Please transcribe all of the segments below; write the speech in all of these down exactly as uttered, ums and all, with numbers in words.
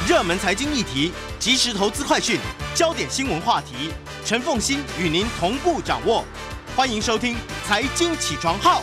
热门财经议题、即时投资快讯、焦点新闻话题，陈凤馨与您同步掌握。欢迎收听《财经起床号》。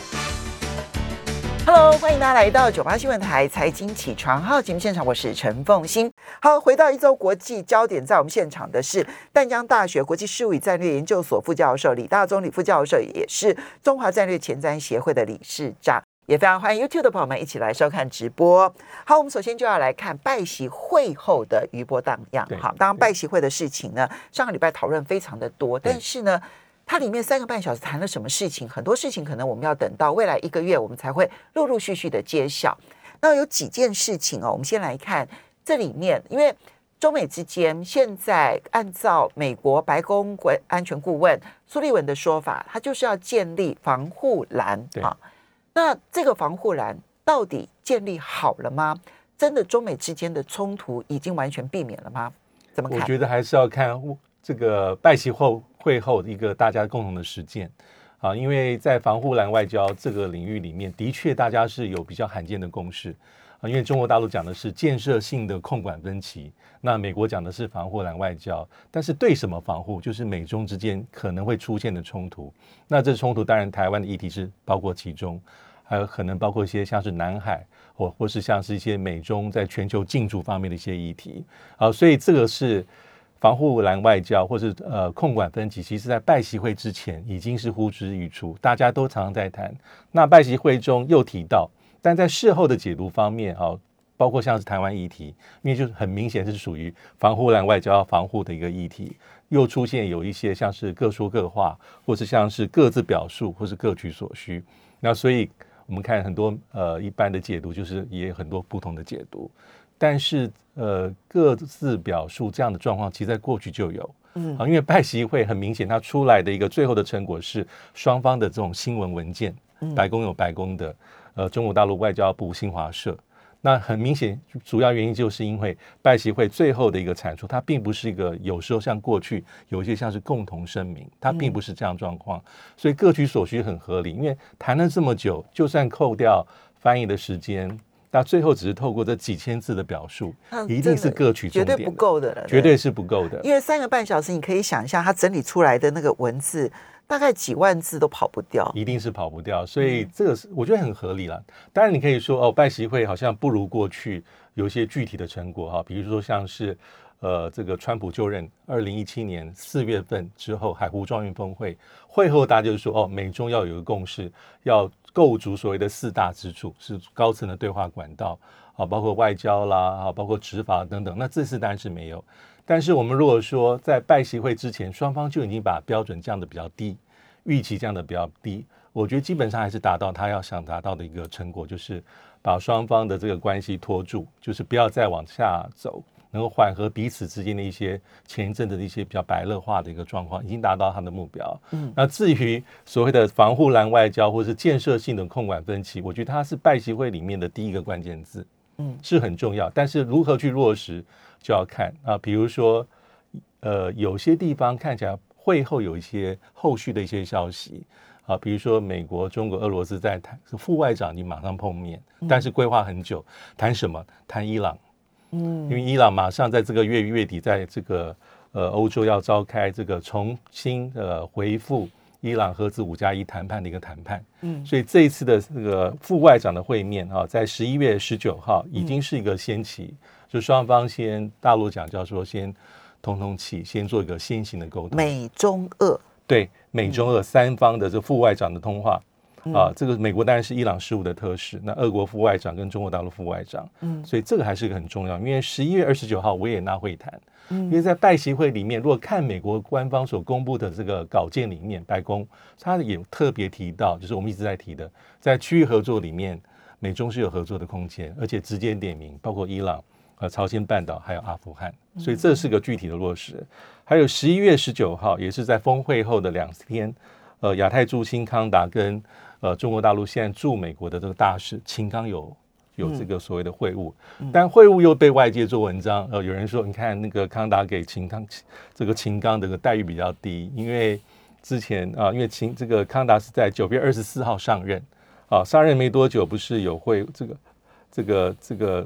Hello， 欢迎大家来到九八新闻台财经起床号节目现场，我是陈凤馨。好，回到一周国际焦点，在我们现场的是淡江大学国际事务与战略研究所副教授李大宗李副教授，也是中华战略前瞻协会的理事长。也非常欢迎 YouTube 的朋友们一起来收看直播。好，我们首先就要来看拜习会后的余波荡漾。好，当然拜习会的事情呢，上个礼拜讨论非常的多，但是呢，它里面三个半小时谈了什么事情？很多事情可能我们要等到未来一个月，我们才会陆陆续续的揭晓。那有几件事情哦，我们先来看这里面，因为中美之间现在按照美国白宫安全顾问苏利文的说法，他就是要建立防护栏啊。那这个防护栏到底建立好了吗？真的中美之间的冲突已经完全避免了吗？怎么看？ 我觉得还是要看这个拜习后会后的一个大家共同的实践啊，因为在防护栏外交这个领域里面，的确大家是有比较罕见的共识啊，因为中国大陆讲的是建设性的控管分歧，那美国讲的是防护栏外交，但是对什么防护，就是美中之间可能会出现的冲突。那这冲突当然台湾的议题是包括其中，还有可能包括一些像是南海或或是像是一些美中在全球竞逐方面的一些议题啊，所以这个是防护栏外交或是呃控管分歧，其实在拜习会之前已经是呼之欲出，大家都常常在谈。那拜习会中又提到，但在事后的解读方面啊，包括像是台湾议题，因为就很明显是属于防护栏外交防护的一个议题，又出现有一些像是各说各话，或是像是各自表述，或是各取所需。那所以我们看很多呃一般的解读，就是也有很多不同的解读。但是呃各自表述这样的状况，其实在过去就有。嗯，啊，因为拜习会很明显，它出来的一个最后的成果是双方的这种新闻文件，白宫有白宫的，呃，中国大陆外交部新华社。那很明显，主要原因就是因为拜习会最后的一个产出，它并不是一个有时候像过去有一些像是共同声明，它并不是这样状况，所以各取所需很合理。因为谈了这么久，就算扣掉翻译的时间，那最后只是透过这几千字的表述，一定是各取重点的， 绝对不够的了， 绝对是不够的。 因为三个半小时，你可以想象他整理出来的那个文字，大概几万字都跑不掉， 一定是跑不掉。所以这个是我觉得很合理了。当然，你可以说哦，拜习会好像不如过去有一些具体的成果哈，比如说像是呃这个川普就任二零一七年四月份之后海湖庄园峰会会后，大家就是说哦，美中要有一个共识，要构筑所谓的四大支柱，是高层的对话管道啊，包括外交啦啊，包括执法等等。那这次当然是没有。但是我们如果说在拜习会之前，双方就已经把标准降得比较低，预期降得比较低，我觉得基本上还是达到他要想达到的一个成果，就是把双方的这个关系拖住，就是不要再往下走，能够缓和彼此之间的一些前一阵子的一些比较白热化的一个状况，已经达到他的目标。嗯，那至于所谓的防护栏外交或是建设性的控管分歧，我觉得它是拜习会里面的第一个关键字，嗯，是很重要。但是如何去落实，就要看啊，比如说，呃，有些地方看起来会后有一些后续的一些消息啊，比如说美国、中国、俄罗斯在谈，副外长你马上碰面，但是规划很久，谈什么？谈伊朗。嗯，因为伊朗马上在这个月月底，在这个呃欧洲要召开这个重新呃回复伊朗核子五加一谈判的一个谈判。嗯，所以这一次的这个副外长的会面啊，在十一月十九号已经是一个先期。嗯，就双方先，大陆讲叫说先通通气，先做一个先行的沟通。 美中俄对美中俄三方的这副外长的通话、嗯、啊，这个美国当然是伊朗事务的特使，那俄国副外长跟中国大陆副外长，嗯，所以这个还是个很重要。因为十一月二十九号维也纳会谈，嗯，因为在拜习会里面，如果看美国官方所公布的这个稿件里面，白宫他也特别提到，就是我们一直在提的，在区域合作里面，美中是有合作的空间，而且直接点名，包括伊朗。呃，朝鲜半岛还有阿富汗，所以这是个具体的落实。还有十一月十九号，也是在峰会后的两天，呃，亚太驻青康达跟呃中国大陆现在驻美国的这个大使秦刚有有这个所谓的会晤，嗯、但会晤又被外界做文章，呃，有人说，你看那个康达给秦刚这个秦刚的待遇比较低，因为之前啊、呃，因为秦这个康达是在九月二十四号上任，啊，上任没多久，不是有会这个这个这个。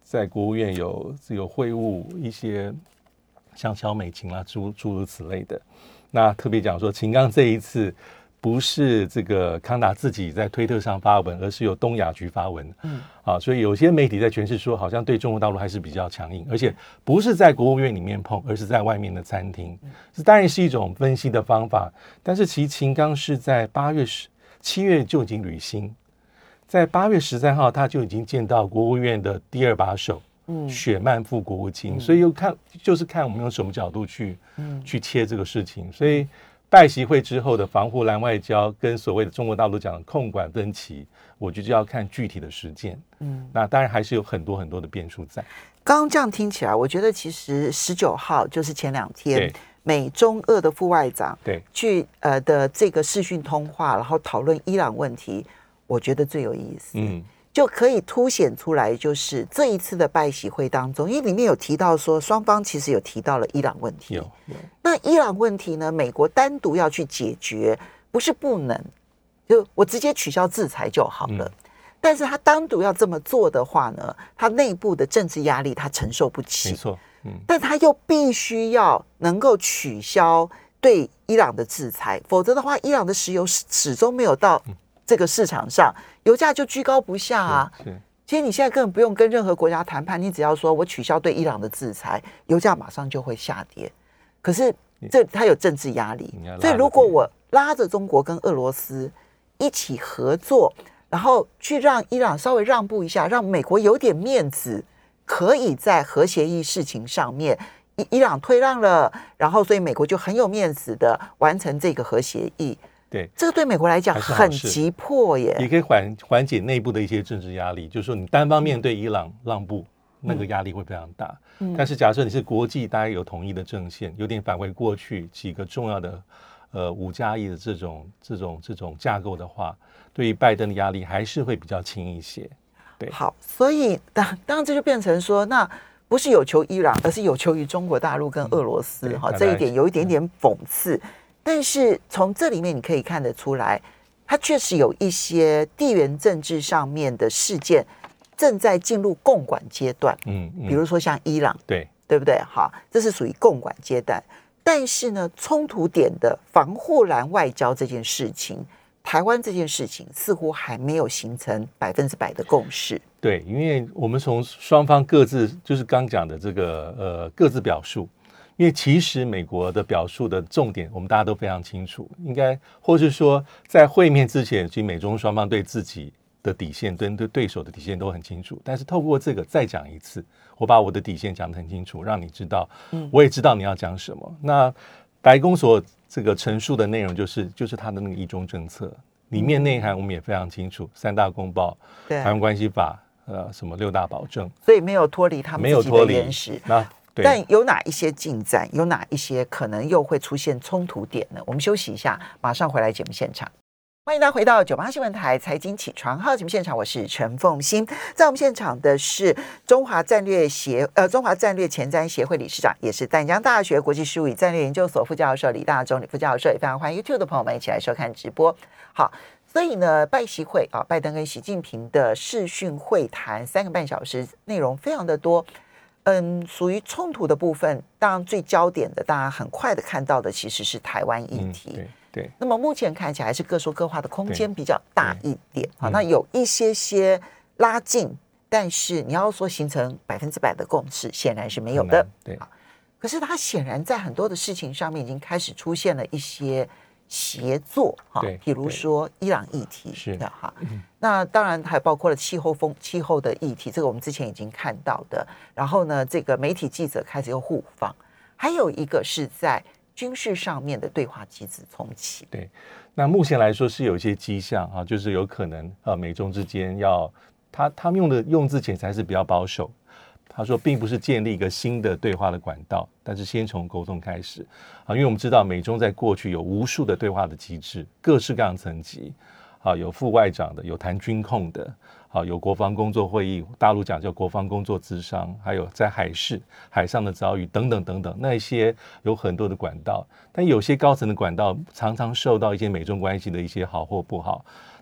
在国务院有有会晤一些像萧美琴啦诸诸如此类的。那特别讲说，秦刚这一次不是这个康达自己在推特上发文，而是由东亚局发文。嗯，啊，所以有些媒体在诠释说，好像对中国大陆还是比较强硬，而且不是在国务院里面碰，而是在外面的餐厅。这当然是一种分析的方法，但是其实秦刚是在八月十七月就已经履新，在八月十三号他就已经见到国务院的第二把手。嗯，雪曼副国务卿，所以又看就是看我们用什么角度去、嗯、去切这个事情。所以拜习会之后的防护蓝外交跟所谓的中国大陆讲的控管分歧，我觉得就要看具体的实践。嗯，那当然还是有很多很多的变数在。 刚刚这样听起来，我觉得其实十九号就是前两天，美中俄的副外长对去呃的这个视讯通话，然后讨论伊朗问题，我觉得最有意思。嗯。就可以凸显出来，就是这一次的拜习会当中，因为里面有提到说，双方其实有提到了伊朗问题。 有有。 那伊朗问题呢，美国单独要去解决，不是不能，就我直接取消制裁就好了。嗯、但是他单独要这么做的话呢，他内部的政治压力他承受不起。 没错。嗯。 但他又必须要能够取消对伊朗的制裁，否则的话，伊朗的石油始终没有到。嗯这个市场上油价就居高不下啊！其实你现在根本不用跟任何国家谈判，你只要说我取消对伊朗的制裁，油价马上就会下跌。可是这它有政治压力，所以如果我拉着中国跟俄罗斯一起合作，然后去让伊朗稍微让步一下，让美国有点面子，可以在核协议事情上面，伊伊朗退让了，然后所以美国就很有面子的完成这个核协议。 对， 这个对美国来讲很急迫耶， 也可以缓缓解内部的一些政治压力。就是说，你单方面对伊朗让步，嗯、那个压力会非常大。嗯、但是假设你是国际大家有统一的阵线，有点返回过去几个重要的呃五加一的这种这种这种架构的话，对于拜登的压力还是会比较轻一些。对， 好，所以当当然这就变成说，那不是有求伊朗，而是有求于中国大陆跟俄罗斯。哈、嗯，这一点有一点点讽刺。嗯但是从这里面你可以看得出来，它确实有一些地缘政治上面的事件正在进入共管阶段。嗯，嗯比如说像伊朗， 对对不对？好，这是属于共管阶段。但是呢，冲突点的防护栏外交这件事情，台湾这件事情似乎还没有形成百分之百的共识。 对，因为我们从双方各自就是刚讲的这个呃各自表述。因为其实美国的表述的重点，我们大家都非常清楚，应该或是说在会面之前，其实美中双方对自己的底线、对对对手的底线都很清楚。但是透过这个再讲一次，我把我的底线讲得很清楚，让你知道，我也知道你要讲什么。嗯、那白宫所这个陈述的内容，就是就是他的那个一中政策里面内涵，我们也非常清楚，三大公报、台湾关系法，呃，什么六大保证， 所以没有脱离他们自己的言实。 那但有哪一些进展，有哪一些可能又会出现冲突点呢？我们休息一下，马上回来节目现场。欢迎大家回到九八新闻台财经起床号节目现场，我是陈凤馨。在我们现场的是中华战略协呃中华战略前瞻协会理事长，也是淡江大学国际事务与战略研究所副教授李大中李副教授，也非常欢迎 YouTube 的朋友们一起来收看直播。好，所以呢，拜习会啊，拜登跟习近平的视讯会谈三个半小时，内容非常的多。嗯，属于冲突的部分，当然最焦点的，当然很快的看到的其实是台湾议题。嗯、对对。 那么目前看起来是各说各话的空间比较大一点。好，那有一些些拉近，但是你要说形成百分之百的共识，显然是没有的。 对。 可是它显然在很多的事情上面已经开始出现了一些协作哈，比如说伊朗议题是的哈。嗯那当然还包括了气候风气候的议题，这个我们之前已经看到的。然后呢，这个媒体记者开始又互访，还有一个是在军事上面的对话机制重启。 对，那目前来说是有一些迹象啊，就是有可能呃美中之间要他他们用的用字遣词还是比较保守。他说，并不是建立一个新的对话的管道，但是先从沟通开始啊，因为我们知道美中在过去有无数的对话的机制，各式各样层级。啊，有副外长的，有谈军控的，啊，有国防工作会议，大陆讲叫国防工作咨商，还有在海事、海上的遭遇等等等等，那一些有很多的管道，但有些高层的管道常常受到一些美中关系的一些好或不好。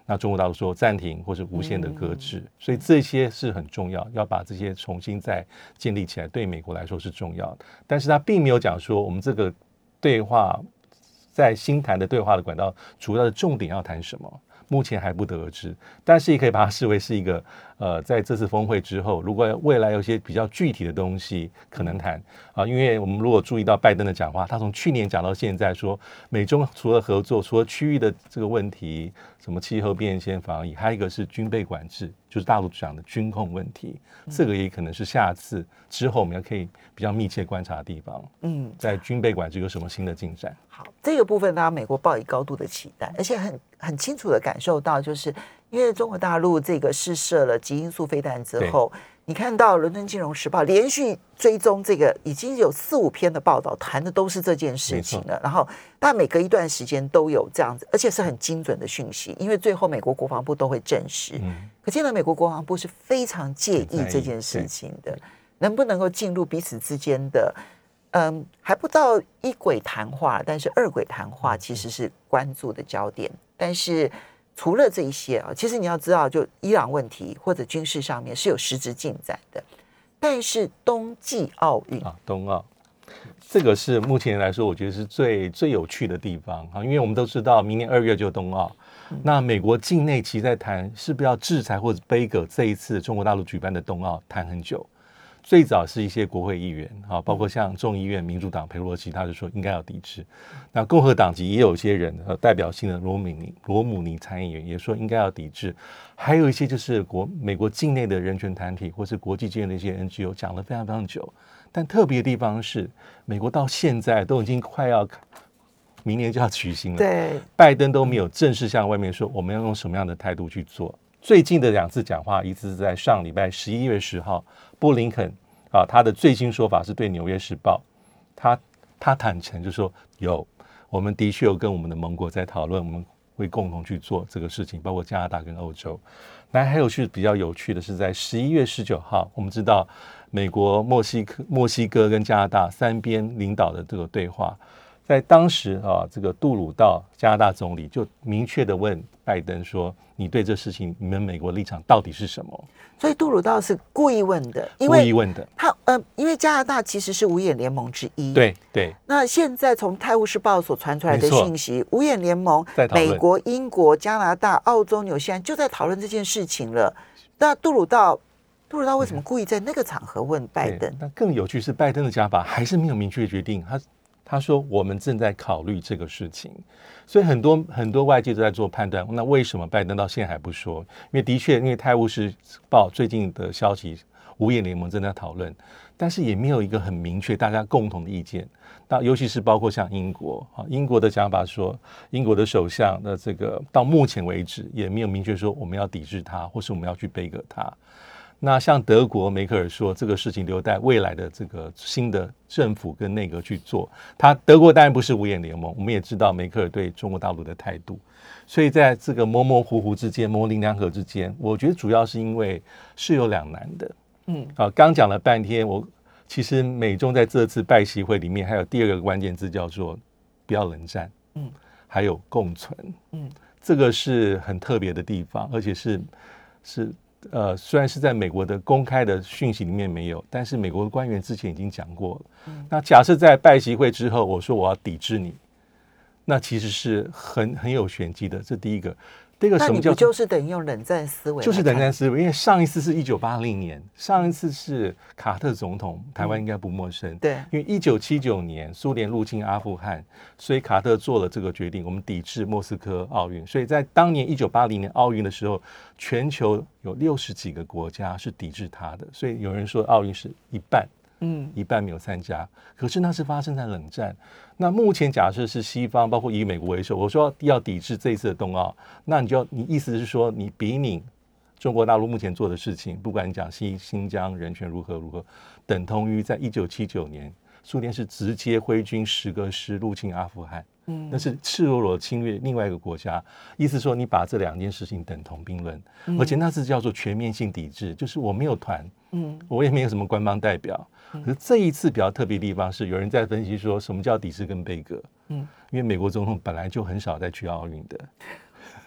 那中国大陆说暂停或是无限的搁置，嗯、所以这些是很重要，要把这些重新再建立起来，对美国来说是重要的。但是他并没有讲说我们这个对话在新谈的对话的管道主要的重点要谈什么。目前还不得而知，但是也可以把它视为是一个呃，在这次峰会之后，如果未来有些比较具体的东西可能谈啊，因为我们如果注意到拜登的讲话，他从去年讲到现在说，美中除了合作，除了区域的这个问题，什么气候变迁防疫，还有一个是军备管制，就是大陆讲的军控问题，这个也可能是下次之后我们要可以比较密切观察的地方。嗯，在军备管制有什么新的进展？ 好，这个部分大家美国抱以高度的期待，而且很很清楚的感受到，就是因为中国大陆这个试射了极音速飞弹之后，你看到伦敦金融时报连续追踪这个，已经有四五篇的报道谈的都是这件事情了。然后，但每隔一段时间都有这样子，而且是很精准的讯息，因为最后美国国防部都会证实。嗯，可见呢，美国国防部是非常介意这件事情的，能不能够进入彼此之间的。嗯，还不到一轨谈话，但是二轨谈话其实是关注的焦点。但是除了这一些啊，其实你要知道，就伊朗问题或者军事上面是有实质进展的。但是冬季奥运啊，冬奥这个是目前来说，我觉得是最最有趣的地方啊，因为我们都知道明年二月就冬奥，嗯、那美国境内其实在谈是不是要制裁或者杯葛这一次中国大陆举办的冬奥，谈很久。最早是一些国会议员啊，包括像众议院民主党裴洛西，他就说应该要抵制。那共和党籍也有一些人，呃，代表性的罗姆尼罗姆尼参议员也说应该要抵制。还有一些就是国美国境内的人权团体或是国际间的一些 N G O 讲了非常非常久。但特别的地方是，美国到现在都已经快要明年就要举行了， 对， 拜登都没有正式向外面说我们要用什么样的态度去做。最近的两次讲话，一次是在上礼拜十一月十号，布林肯啊，他的最新说法是对《纽约时报》，他他坦诚就说有，我们的确有跟我们的盟国在讨论，我们会共同去做这个事情，包括加拿大跟欧洲。那还有是比较有趣的是，在十一月十九号，我们知道美国、墨西哥、墨西哥跟加拿大三边领导的这个对话。在当时啊，这个杜鲁道加拿大总理就明确的问拜登说：“你对这事情，你们美国立场到底是什么？” 所以杜鲁道是故意问的，因为故意问的。 他呃，因为加拿大其实是五眼联盟之一。 对对。 那现在从《泰晤士报》所传出来的信息，五眼联盟，美国、英国、加拿大、澳洲、纽西兰就在讨论这件事情了。那杜鲁道。杜鲁道为什么故意在那个场合问拜登？ 那更有趣是，拜登的讲法还是没有明确决定。他他说我们正在考虑这个事情，所以很多很多外界都在做判断。那为什么拜登到现在还不说？因为的确，因为《泰晤士报》最近的消息，五眼联盟正在讨论，但是也没有一个很明确大家共同的意见。那尤其是包括像英国啊，英国的讲法说，英国的首相的这个到目前为止也没有明确说我们要抵制他，或是我们要去杯葛他。那像德国梅克尔说，这个事情留待未来的这个新的政府跟内阁去做。他德国当然不是五眼联盟，我们也知道梅克尔对中国大陆的态度，所以在这个模模糊糊之间、模棱两可之间，我觉得主要是因为是有两难的。嗯，啊，刚讲了半天，我其实美中在这次拜习会里面还有第二个关键字叫做不要冷战，嗯，还有共存，嗯，这个是很特别的地方，而且是是。呃，虽然是在美国的公开的讯息里面没有，但是美国的官员之前已经讲过了。嗯、那假设在拜习会之后，我说我要抵制你，那其实是很很有玄机的。这第一个。第二个什么叫？ 那你不就是等于用冷战思维？ 就是冷战思维，因为上一次是一九八零年，上一次是卡特总统，台湾应该不陌生。嗯、 对， 因为一九七九年苏联入侵阿富汗，所以卡特做了这个决定，我们抵制莫斯科奥运。所以在当年一九八零年奥运的时候，全球有六十几个国家是抵制他的，所以有人说奥运是一半。嗯，一半没有参加，可是那是发生在冷战。那目前假设是西方，包括以美国为首，我说要抵制这一次的冬奥，那你就要，你意思是说，你比拟中国大陆目前做的事情，不管你讲新新疆人权如何如何，等同于在一九七九年，苏联是直接挥军十个师入侵阿富汗，嗯，那是赤裸裸侵略另外一个国家。意思说，你把这两件事情等同并论，嗯、而且那是叫做全面性抵制，就是我没有团。嗯，我也没有什么官方代表，可是这一次比较特别的地方是，有人在分析说什么叫抵制跟杯葛。嗯，因为美国总统本来就很少在去奥运的，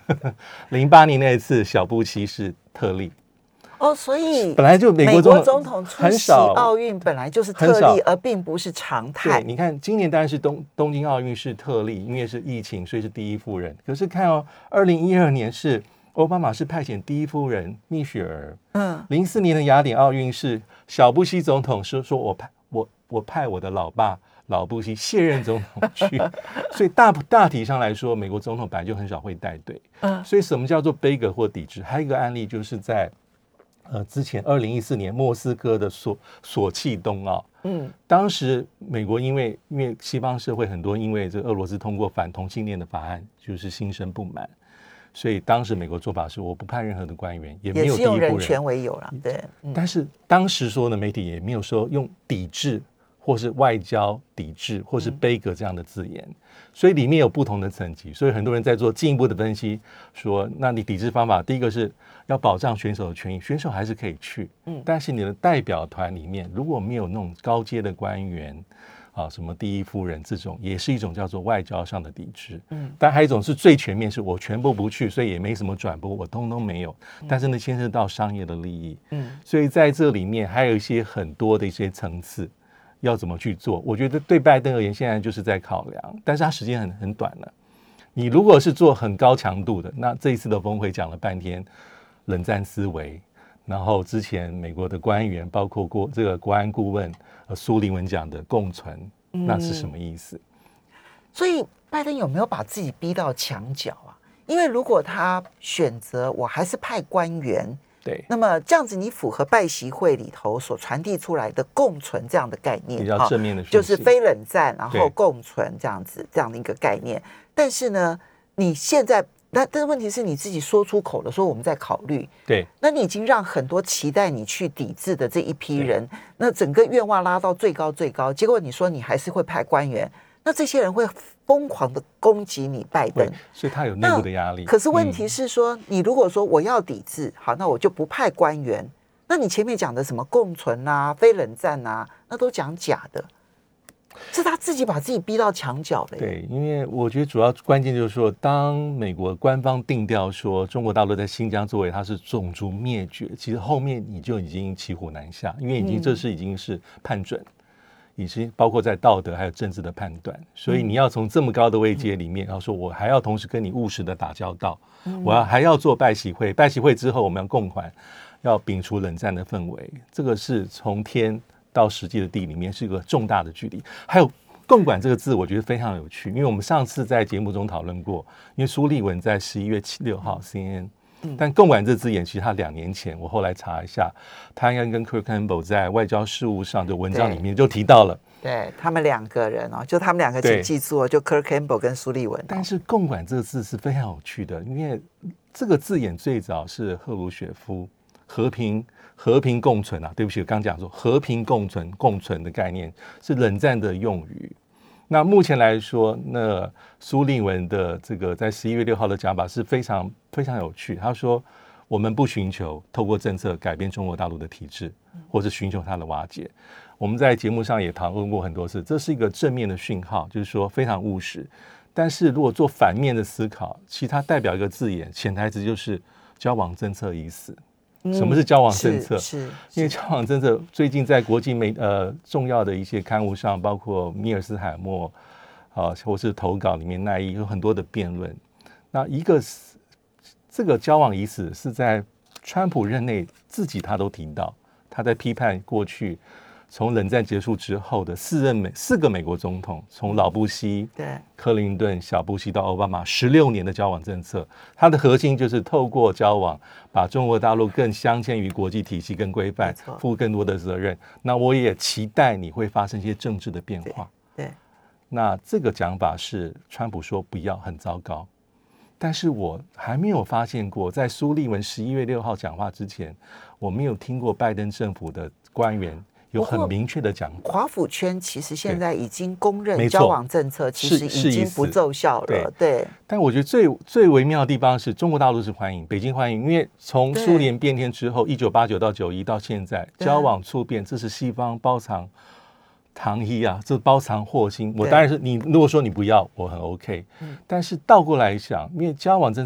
零八年那一次小布希是特例。 哦，所以本来就美国总统总统出席奥运本来就是特例，而并不是常态。 对，你看今年当然是东东京奥运是特例，因为是疫情，所以是第一夫人。可是看哦，二零一二年是奥巴马是派遣第一夫人蜜雪儿，嗯，零四年的雅典奥运是小布希总统说说我派我我派我的老爸老布希卸任总统去，所以大大体上来说，美国总统本来就很少会带队，嗯，所以什么叫做杯葛或抵制？还有一个案例就是在。呃，之前二零一四年莫斯科的索索契冬奥，嗯，当时美国因为因为西方社会很多因为这俄罗斯通过反同性恋的法案，就是心生不满，所以当时美国做法是我不派任何的官员，也没有第一夫人， 也是用人权为由了，对、 嗯。但是当时说呢，媒体也没有说用抵制或是外交抵制或是杯葛这样的字眼，嗯、所以里面有不同的层级，所以很多人在做进一步的分析，说那你抵制方法，第一个是。要保障选手的权益，选手还是可以去，嗯，但是你的代表团里面如果没有那种高阶的官员啊，什么第一夫人这种，也是一种叫做外交上的抵制，嗯，但还有一种是最全面，是我全部不去，所以也没什么转播，我通通没有，但是呢，牵涉到商业的利益，嗯，所以在这里面还有一些很多的一些层次要怎么去做，我觉得对拜登而言，现在就是在考量，但是他时间很很短了。你如果是做很高强度的，那这一次的峰会讲了半天。冷战思维，然后之前美国的官员，包括国这个国安顾问呃苏利文讲的共存，那是什么意思？嗯、 所以拜登有没有把自己逼到墙角啊？因为如果他选择我还是派官员， 对， 那么这样子你符合拜习会里头所传递出来的共存这样的概念， 比较正面的， 就是非冷战，然后共存这样子这样的一个概念。但是呢，你现在。那但是问题是你自己说出口了，说我们在考虑， 对， 那你已经让很多期待你去抵制的这一批人，那整个愿望拉到最高最高，结果你说你还是会派官员，那这些人会疯狂的攻击你拜登， 所以他有内部的压力。 可是问题是说，嗯、你如果说我要抵制，好，那我就不派官员，那你前面讲的什么共存啊、非冷战啊，那都讲假的。是他自己把自己逼到墙角了。 对，因为我觉得主要关键就是说，当美国官方定调说中国大陆在新疆作为它是种族灭绝，其实后面你就已经骑虎难下，因为已经这是已经是判准，已经包括在道德还有政治的判断，所以你要从这么高的位阶里面，然后说我还要同时跟你务实的打交道，我要还要做拜习会，拜习会之后我们要共缓，要摒除冷战的氛围，这个是从天。到实际的地里面是一个重大的距离。还有共管这个字我觉得非常有趣，因为我们上次在节目中讨论过，因为苏立文在十一月六号 C N N、嗯、但共管这字眼其实他两年前我后来查一下，他应该跟 Kurt Campbell 在外交事务上的文章里面就提到了， 对他们两个人哦，就他们两个请记住，就 Kurt Campbell 跟苏立文、哦、 但是共管这个字是非常有趣的，因为这个字眼最早是赫鲁雪夫和平和平共存啊，对不起，我刚讲说和平共存共存的概念是冷战的用语。那目前来说，那苏立文的这个在十一月六号的讲法是非常非常有趣。他说，我们不寻求透过政策改变中国大陆的体制，或是寻求它的瓦解。我们在节目上也讨论过很多次，这是一个正面的讯号，就是说非常务实。但是如果做反面的思考，其他代表一个字眼，潜台词就是交往政策已死。什么是交往政策？ 嗯、是, 是因为交往政策最近在国际媒呃重要的一些刊物上，包括米尔斯海默啊，或是投稿里面那一有很多的辩论。那一个这个交往已死是在川普任内自己他都提到，他在批判过去从冷战结束之后的四任美四个美国总统，从老布希、 对克林顿、小布希到奥巴马十六年的交往政策，它的核心就是透过交往，把中国大陆更镶嵌于国际体系跟规范，负更多的责任。那我也期待你会发生一些政治的变化。 对，对那这个讲法是川普说不要，很糟糕。但是我还没有发现过，在苏立文十一月六号讲话之前，我没有听过拜登政府的官员有很明确的讲法。 华府圈其实现在已经公认交往政策其实已经不奏效了。对， 对但我觉得最最微妙的地方是中国大陆是欢迎，北京欢迎，因为从苏联变天之后，一九八九到九一到现在，交往促变，这是西方包藏糖衣啊，这包藏祸心。我当然是你如果说你不要，我很 OK、嗯。但是倒过来想，因为交往政策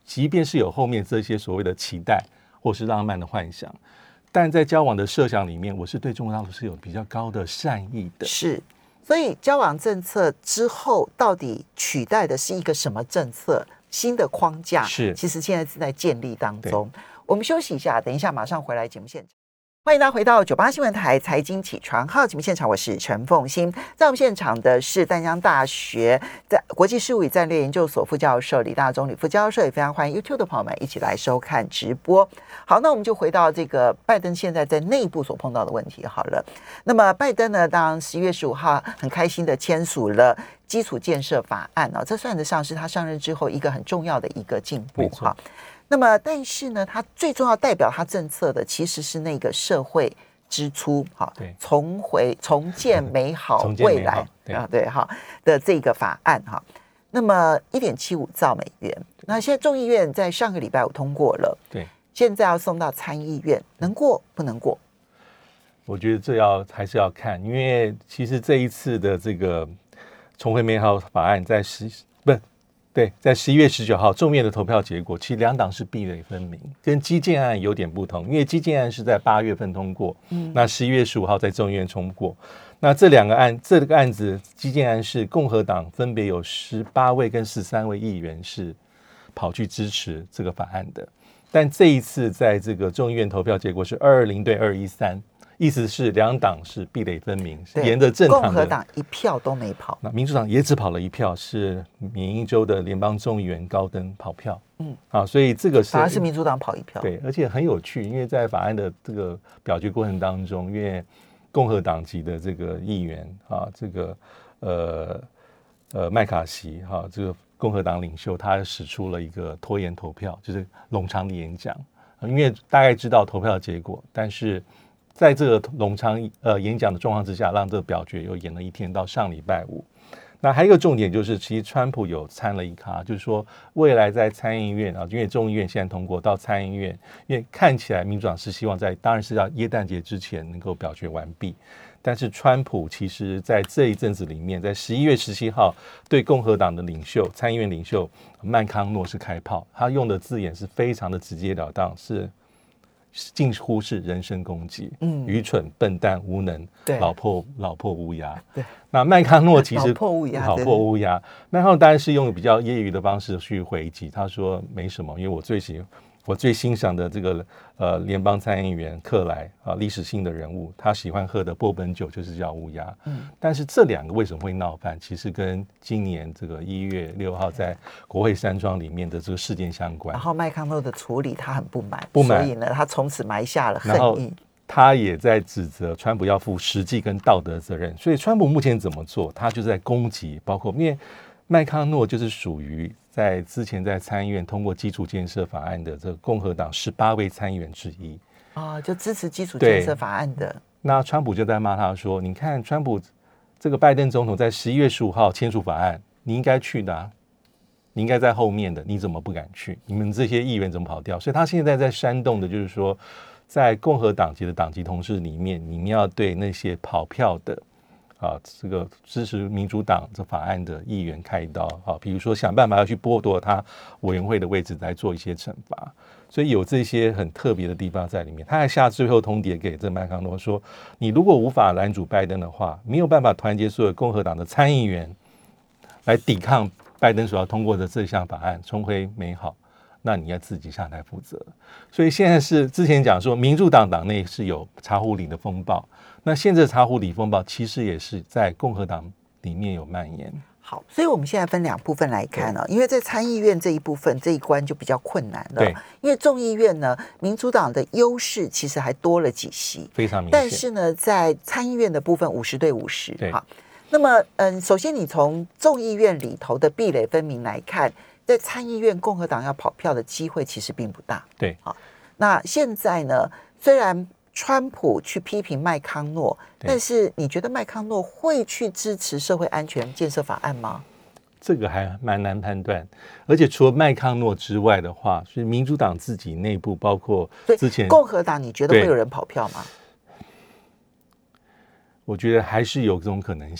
即便是有后面这些所谓的期待或是浪漫的幻想，但在交往的设想里面，我是对中国大陆是有比较高的善意的。 是，所以交往政策之后，到底取代的是一个什么政策？新的框架是， 其实现在是在建立当中。我们休息一下，等一下马上回来节目现场。欢迎大家回到九八新闻台财经起床号节目现场，我是陈凤馨。在我们现场的是淡江大学在国际事务与战略研究所副教授李大中李副教授，也非常欢迎 YouTube 的朋友们一起来收看直播。好，那我们就回到这个拜登现在在内部所碰到的问题好了。那么拜登呢，当十一月十五号很开心的签署了基础建设法案哦，这算得上是他上任之后一个很重要的一个进步哈。那么，但是呢，它最重要代表它政策的其实是那个社会支出，哈，重回重建美好未来啊，对哈的这个法案哈。那么一点七五兆美元，那现在众议院在上个礼拜五通过了， 对， 现在要送到参议院，能过不能过？ 我觉得这要还是要看，因为其实这一次的这个重回美好法案在十不。对，在十一月十九号众院的投票结果，其实两党是壁垒分明，跟基建案有点不同，因为基建案是在八月份通过，嗯，那十一月十五号在众院通过。那这两个案，这个案子基建案是共和党分别有十八位跟十三位议员是跑去支持这个法案的，但这一次在这个众议院投票结果是二二零对二一三。意思是两党是壁垒分明，沿着正常的。 共和党一票都没跑， 那民主党也只跑了一票，是缅因州的联邦众议员高登跑票。嗯，啊，所以这个是反而是民主党跑一票。 对，而且很有趣，因为在法案的这个表决过程当中，因为共和党籍的这个议员啊，这个呃呃麦卡锡哈、啊，这个共和党领袖，他使出了一个拖延投票，就是冗长的演讲，因为大概知道投票的结果，但是。在这个冗长呃演讲的状况之下，让这个表决又延了一天到上礼拜五。那还有一个重点就是，其实川普有参了一咖，就是说未来在参议院啊，因为众议院现在通过到参议院，因为看起来民主党是希望在当然是要耶诞节之前能够表决完毕，但是川普其实在这一阵子里面，在十一月十七号对共和党的领袖参议院领袖麦康诺是开炮，他用的字眼是非常的直截了当，是。近乎是人身攻击，嗯，愚蠢、笨蛋、无能， 对， 老破老破乌鸦， 对。 那麦康诺其实老破乌鸦， 老破乌鸦，麦康诺当然是用比较业余的方式去回击，他说没什么，因为我最喜我最欣赏的这个呃联邦参议员克莱啊，历史性的人物，他喜欢喝的波本酒就是叫乌鸦。嗯，但是这两个为什么会闹翻？其实跟今年这个一月六号在国会山庄里面的这个事件相关。 然后麦康诺的处理他很不满， 不满， 所以呢，他从此埋下了恨意。 他也在指责川普要负实际跟道德责任，所以川普目前怎么做？他就在攻击，包括因为麦康诺就是属于在之前在参议院通过基础建设法案的这个共和党十八位参议员之一啊、哦，就支持基础建设法案的。 那川普就在骂他说：“你看，川普这个拜登总统在十一月十五号签署法案，你应该去的、啊，你应该在后面的，你怎么不敢去？你们这些议员怎么跑掉？”所以他现在在煽动的就是说，在共和党籍的党籍同事里面，你们要对那些跑票的。啊，这个支持民主党这法案的议员开刀啊，比如说想办法要去剥夺他委员会的位置来做一些惩罚，所以有这些很特别的地方在里面。他还下最后通牒给这麦康诺说，你如果无法拦阻拜登的话，没有办法团结所有共和党的参议员来抵抗拜登所要通过的这项法案，重回美好，那你要自己下台负责。所以现在是之前讲说民主党党内是有茶壶里的风暴，那现在茶壶里风暴其实也是在共和党里面有蔓延。 好，所以我们现在分两部分来看哦，因为在参议院这一部分这一关就比较困难了， 对， 因为众议院呢，民主党的优势其实还多了几席， 非常明显。 但是呢，在参议院的部分五十对五十，好，那么嗯，首先你从众议院里头的壁垒分明来看，在参议院共和党要跑票的机会其实并不大， 对， 好，那现在呢，虽然川普去批评麦康诺，但是你觉得麦康诺会去支持社会安全建设法案吗？ 这个还蛮难判断，而且除了麦康诺之外的话，是民主党自己内部，包括之前共和党，你觉得会有人跑票吗？ 我觉得还是有这种可能性。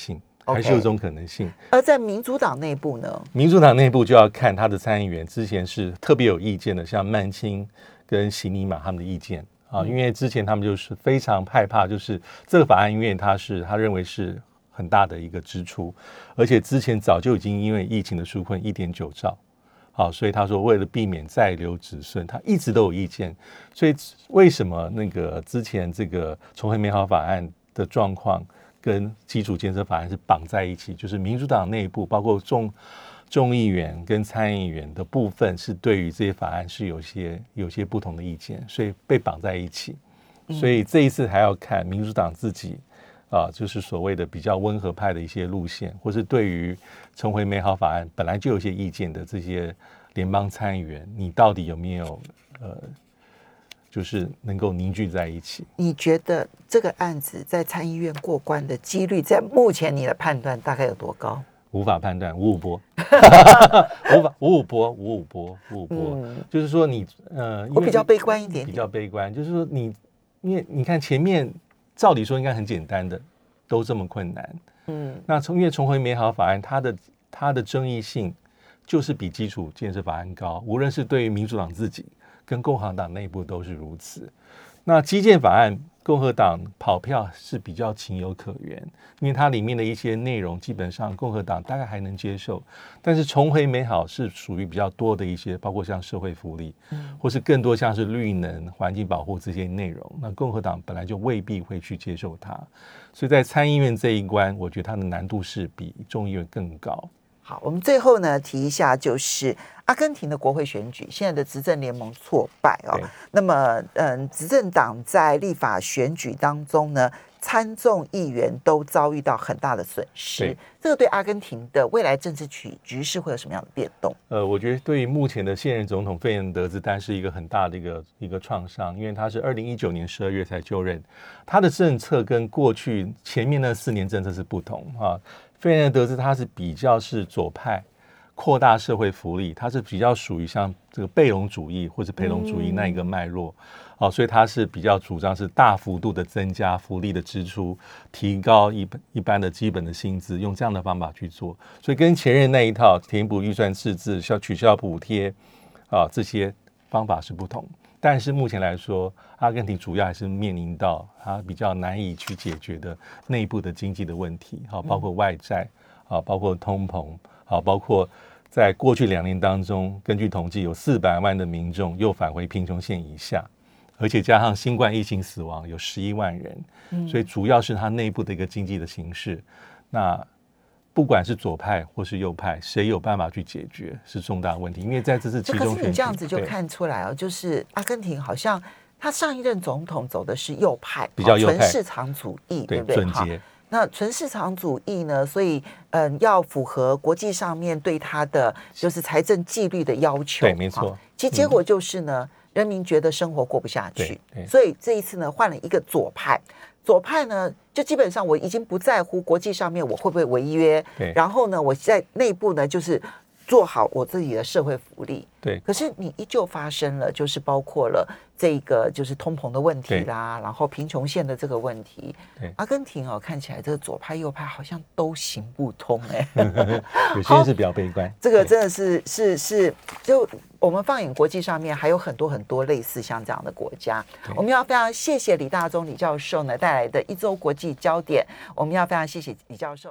还是有这种可能性。 而在民主党内部呢？ 民主党内部就要看他的参议员之前是特别有意见的，像曼青跟席尼玛他们的意见啊，因为之前他们就是非常害怕，就是这个法案，因为他是他认为是很大的一个支出，而且之前早就已经因为疫情的纾困 一点九兆。好，所以他说为了避免再留子孙，他一直都有意见。所以为什么那个之前这个重回美好法案的状况跟基础建设法案是绑在一起？就是民主党内部包括众众议员跟参议员的部分是对于这些法案是有些有些不同的意见，所以被绑在一起。所以这一次还要看民主党自己。啊，就是所谓的比较温和派的一些路线，或是对于重回美好法案本来就有一些意见的这些联邦参议员，你到底有没有呃，就是能够凝聚在一起？ 你觉得这个案子在参议院过关的几率，在目前你的判断大概有多高？ 无法判断，五五波，无法五五波，五五波，五五波，嗯、就是说你呃， 我比较悲观一点点， 比较悲观，就是说你，因为你看前面。照理说应该很简单的，都这么困难。嗯，那从因为重回美好法案，它的它的争议性就是比基础建设法案高，无论是对于民主党自己跟共和党内部都是如此。那基建法案，共和党跑票是比较情有可原，因为它里面的一些内容基本上共和党大概还能接受，但是重回美好是属于比较多的一些，包括像社会福利，嗯、或是更多像是绿能、环境保护这些内容，那共和党本来就未必会去接受它，所以在参议院这一关，我觉得它的难度是比众议院更高。 好，我们最后呢提一下，就是阿根廷的国会选举，现在的执政联盟挫败哦。那么，嗯，执政党在立法选举当中呢，参众议员都遭遇到很大的损失。这个对阿根廷的未来政治局局势会有什么样的变动？ 呃，我觉得对于目前的现任总统费尔德兹丹是一个很大的一个一个创伤，因为他是二零一九年十二月才就任，他的政策跟过去前面那四年政策是不同啊。费尔德兹他是比较是左派，扩大社会福利，他是比较属于像这个贝隆主义或者培隆主义那一个脉络，嗯哦、所以他是比较主张是大幅度的增加福利的支出，提高一一般的基本的薪资，用这样的方法去做，所以跟前任那一套填补预算赤字、要取消补贴啊这些方法是不同。但是目前来说，阿根廷主要还是面临到它比较难以去解决的内部的经济的问题，好，包括外债，好，包括通膨，好，包括在过去两年当中，根据统计有四百万的民众又返回贫穷线以下，而且加上新冠疫情死亡有十一万人，所以主要是它内部的一个经济的形势。那不管是左派或是右派，谁有办法去解决是重大问题，因为在这次其中选举， 可是你这样子就看出来哦，就是阿根廷好像他上一任总统走的是右派， 比较右派， 纯市场主义，对不对？ 纯洁。 那纯市场主义呢？所以嗯，要符合国际上面对他的就是财政纪律的要求。 对，没错。 其实结果就是呢，嗯、人民觉得生活过不下去，所以这一次呢，换了一个左派。左派呢，就基本上我已经不在乎国际上面我会不会违约，然后呢，我在内部呢就是做好我自己的社会福利。 对， 可是你依旧发生了，就是包括了这个就是通膨的问题啦，然后贫穷线的这个问题。 对， 阿根廷哦，看起来这个左派右派好像都行不通哎、 欸，有些人是比较悲观。 这个真的是是是，就我们放眼国际上面还有很多很多类似像这样的国家。我们要非常谢谢李大宗李教授呢带来的一周国际焦点，我们要非常谢谢李教授。